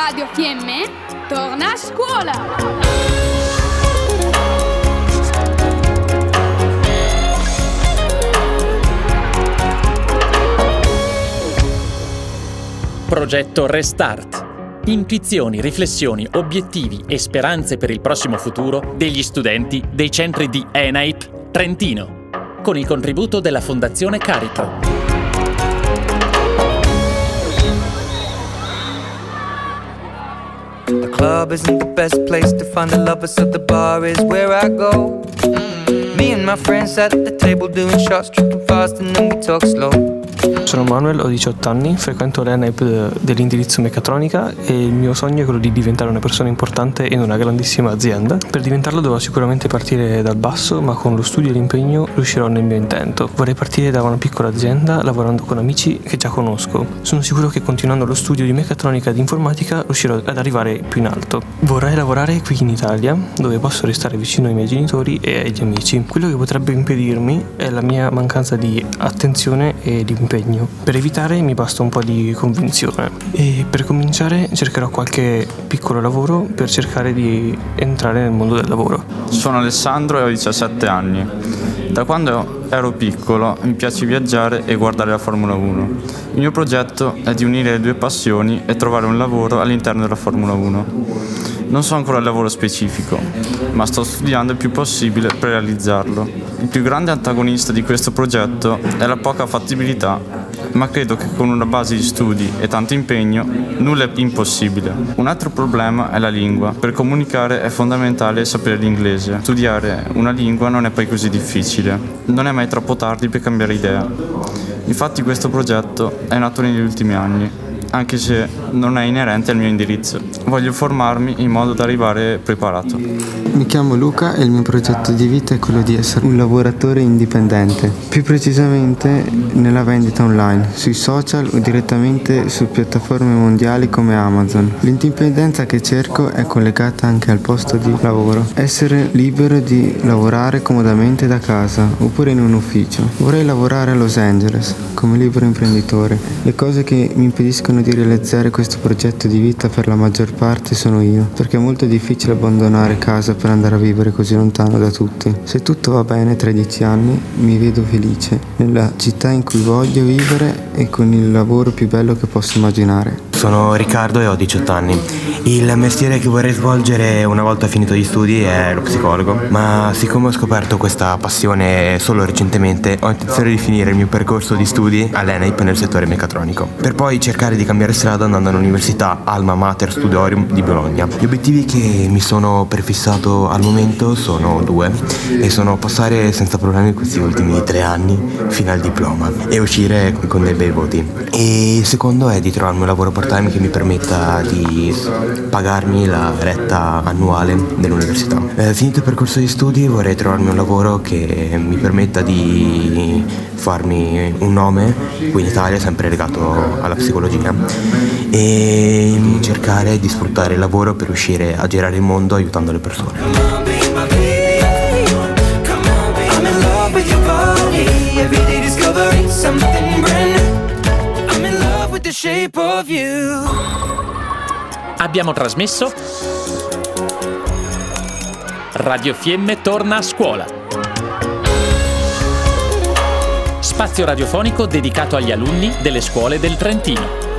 Radio Fiemme torna a scuola! Progetto Restart. Intuizioni, riflessioni, obiettivi e speranze per il prossimo futuro degli studenti dei centri di ENAIP Trentino, con il contributo della Fondazione Carito. The club isn't the best place to find the lovers, so the bar is where I go. Me and my friends at the table doing shots, tripping fast and then we talk slow. Sono Manuel, ho 18 anni, frequento l'ENAIP dell'indirizzo meccatronica e il mio sogno è quello di diventare una persona importante in una grandissima azienda. Per diventarlo dovrò sicuramente partire dal basso, ma con lo studio e l'impegno riuscirò nel mio intento. Vorrei partire da una piccola azienda lavorando con amici che già conosco. Sono sicuro che continuando lo studio di meccatronica e di informatica riuscirò ad arrivare più in alto. Vorrei lavorare qui in Italia, dove posso restare vicino ai miei genitori e agli amici. Quello che potrebbe impedirmi è la mia mancanza di attenzione e di impegno. Per evitare mi basta un po' di convinzione e per cominciare cercherò qualche piccolo lavoro per cercare di entrare nel mondo del lavoro. Sono Alessandro e ho 17 anni. Da quando ero piccolo mi piace viaggiare e guardare la Formula 1. Il mio progetto è di unire le due passioni e trovare un lavoro all'interno della Formula 1. Non so ancora il lavoro specifico, ma sto studiando il più possibile per realizzarlo. Il più grande antagonista di questo progetto è la poca fattibilità, ma credo che con una base di studi e tanto impegno nulla è impossibile. Un altro problema è la lingua. Per comunicare è fondamentale sapere l'inglese. Studiare una lingua non è poi così difficile. Non è mai troppo tardi per cambiare idea. Infatti questo progetto è nato negli ultimi anni, anche se non è inerente al mio indirizzo. Voglio formarmi in modo da arrivare preparato. Mi chiamo Luca e il mio progetto di vita è quello di essere un lavoratore indipendente, più precisamente nella vendita online, sui social o direttamente su piattaforme mondiali come Amazon. L'indipendenza che cerco è collegata anche al posto di lavoro, essere libero di lavorare comodamente da casa oppure in un ufficio. Vorrei lavorare a Los Angeles come libero imprenditore. Le cose che mi impediscono di realizzare questo progetto di vita per la maggior parte sono io, perché è molto difficile abbandonare casa per andare a vivere così lontano da tutti. Se tutto va bene tra 10 anni mi vedo felice nella città in cui voglio vivere e con il lavoro più bello che posso immaginare. Sono Riccardo e ho 18 anni. Il mestiere che vorrei svolgere una volta finito gli studi è lo psicologo, ma siccome ho scoperto questa passione solo recentemente, ho intenzione di finire il mio percorso di studi all'ENAIP nel settore meccatronico, per poi cercare di cambiare strada andando all'università Alma Mater Studiorum di Bologna. Gli obiettivi che mi sono prefissato al momento sono 2 e sono passare senza problemi questi ultimi 3 anni fino al diploma e uscire con dei bei voti. E il secondo è di trovarmi un lavoro part-time che mi permetta di pagarmi la retta annuale dell'università. Finito il percorso di studi vorrei trovarmi un lavoro che mi permetta di farmi un nome qui in Italia, sempre legato alla psicologia, e cercare di sfruttare il lavoro per riuscire a girare il mondo aiutando le persone. Abbiamo trasmesso Radio Fiemme torna a scuola. Spazio radiofonico dedicato agli alunni delle scuole del Trentino.